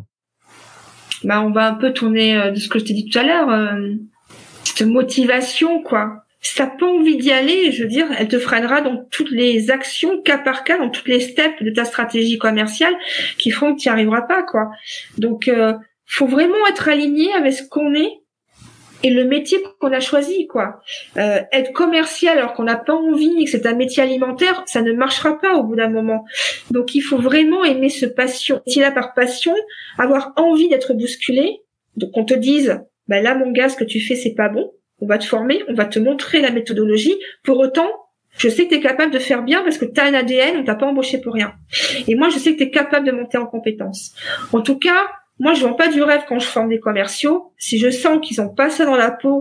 On va un peu tourner de ce que je t'ai dit tout à l'heure, cette motivation, quoi. Si t'as pas envie d'y aller, je veux dire, elle te freinera dans toutes les actions, cas par cas, dans toutes les steps de ta stratégie commerciale qui feront que tu n'y arriveras pas, quoi. Donc, faut vraiment être aligné avec ce qu'on est et le métier qu'on a choisi, quoi. Être commercial alors qu'on n'a pas envie, que c'est un métier alimentaire, ça ne marchera pas au bout d'un moment. Donc il faut vraiment aimer ce passion. Si là par passion, avoir envie d'être bousculé, donc on te dise, là mon gars, ce que tu fais c'est pas bon, on va te former, on va te montrer la méthodologie. Pour autant, je sais que tu es capable de faire bien parce que tu as un ADN, on t'a pas embauché pour rien. Et moi je sais que tu es capable de monter en compétences. En tout cas, moi, je vends pas du rêve quand je forme des commerciaux. Si je sens qu'ils ont pas ça dans la peau,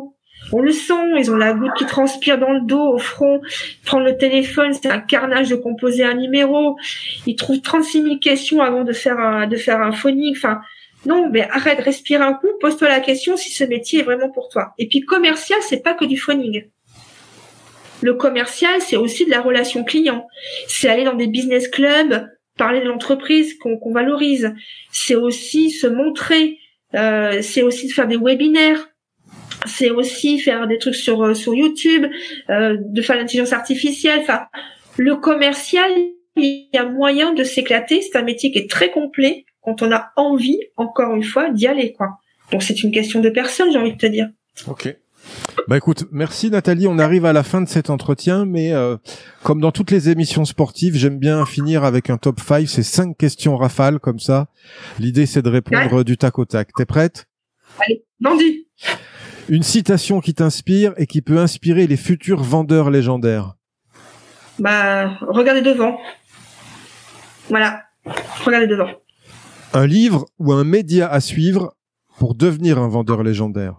On le sent, ils ont la goutte qui transpire dans le dos, au front. Prendre le téléphone, c'est un carnage de composer un numéro. Ils trouvent 36 000 questions avant de faire un phoning. Enfin, non, mais arrête, respire un coup, pose-toi la question si ce métier est vraiment pour toi. Et puis commercial, c'est pas que du phoning. Le commercial, c'est aussi de la relation client. C'est aller dans des business clubs, parler de l'entreprise qu'on valorise. C'est aussi se montrer. C'est aussi de faire des webinaires. C'est aussi faire des trucs sur YouTube, de faire l'intelligence artificielle. Enfin, le commercial, il y a moyen de s'éclater. C'est un métier qui est très complet quand on a envie, encore une fois, d'y aller, quoi. Donc c'est une question de personne, j'ai envie de te dire. Ok. Bah écoute, merci Nathalie, on arrive à la fin de cet entretien, mais comme dans toutes les émissions sportives, j'aime bien finir avec un top 5, c'est 5 questions rafales comme ça. L'idée c'est de répondre du tac au tac. T'es prête ? Allez, vendu. Une citation qui t'inspire et qui peut inspirer les futurs vendeurs légendaires. Bah, regardez devant. Voilà, regardez devant. Un livre ou un média à suivre pour devenir un vendeur légendaire.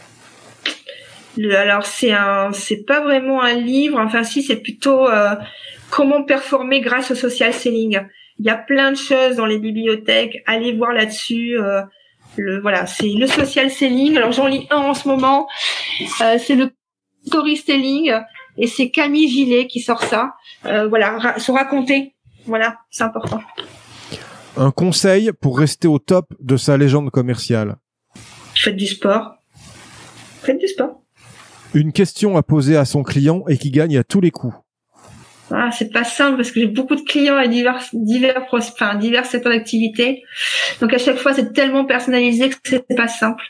Alors c'est pas vraiment un livre, enfin si, c'est plutôt comment performer grâce au social selling. Il y a plein de choses dans les bibliothèques, allez voir là-dessus. Voilà, c'est le social selling. Alors j'en lis un en ce moment, c'est le storytelling et c'est Camille Gillet qui sort ça. Voilà, se raconter. Voilà, c'est important. Un conseil pour rester au top de sa légende commerciale. Faites du sport. Faites du sport. Une question à poser à son client et qui gagne à tous les coups. Ah, c'est pas simple parce que j'ai beaucoup de clients à divers secteurs d'activité. Donc à chaque fois, c'est tellement personnalisé que c'est pas simple.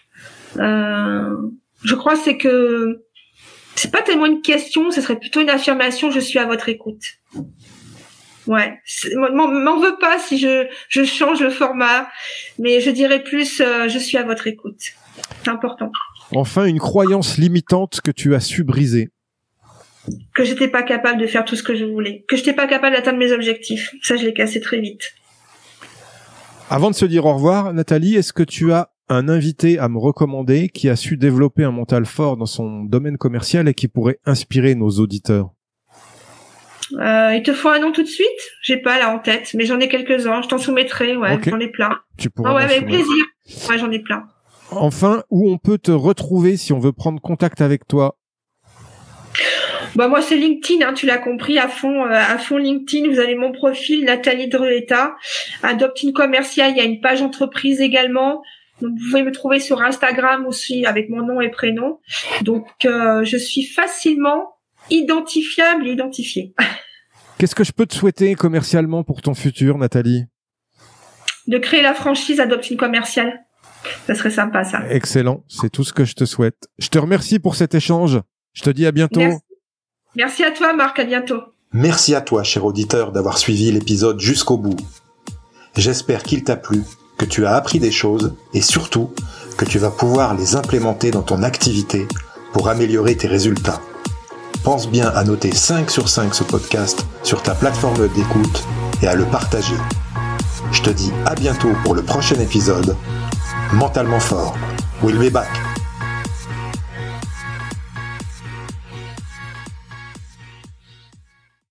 Je crois que c'est pas tellement une question, ce serait plutôt une affirmation. Je suis à votre écoute. Ouais, m'en veux pas si je change le format, mais je dirais plus je suis à votre écoute. C'est important. Enfin, une croyance limitante que tu as su briser. Que j'étais pas capable de faire tout ce que je voulais, que j'étais pas capable d'atteindre mes objectifs. Ça, je l'ai cassé très vite. Avant de se dire au revoir, Nathalie, est-ce que tu as un invité à me recommander qui a su développer un mental fort dans son domaine commercial et qui pourrait inspirer nos auditeurs? Il te faut un nom tout de suite? J'ai pas là en tête, mais j'en ai quelques-uns. Je t'en soumettrai, ouais, okay. J'en ai plein. Tu pourras ouais, avec plaisir. Ouais, j'en ai plein. Enfin, où on peut te retrouver si on veut prendre contact avec toi? Bah moi c'est LinkedIn, hein, tu l'as compris, à fond LinkedIn. Vous avez mon profil Nathalie Drueta. Adoptine Commercial, il y a une page entreprise également. Donc vous pouvez me trouver sur Instagram aussi avec mon nom et prénom. Donc je suis facilement identifiable et identifiée. Qu'est-ce que je peux te souhaiter commercialement pour ton futur, Nathalie? De créer la franchise Adoptine Commercial. Ça serait sympa, ça. Excellent, c'est tout ce que je te souhaite. Je te remercie pour cet échange. Je te dis à bientôt. Merci à toi, Marc, à bientôt. Merci à toi, cher auditeur, d'avoir suivi l'épisode jusqu'au bout. J'espère qu'il t'a plu, que tu as appris des choses et surtout que tu vas pouvoir les implémenter dans ton activité pour améliorer tes résultats. Pense bien à noter 5 sur 5 ce podcast sur ta plateforme d'écoute et à le partager. Je te dis à bientôt pour le prochain épisode. Mentalement fort, we'll be back.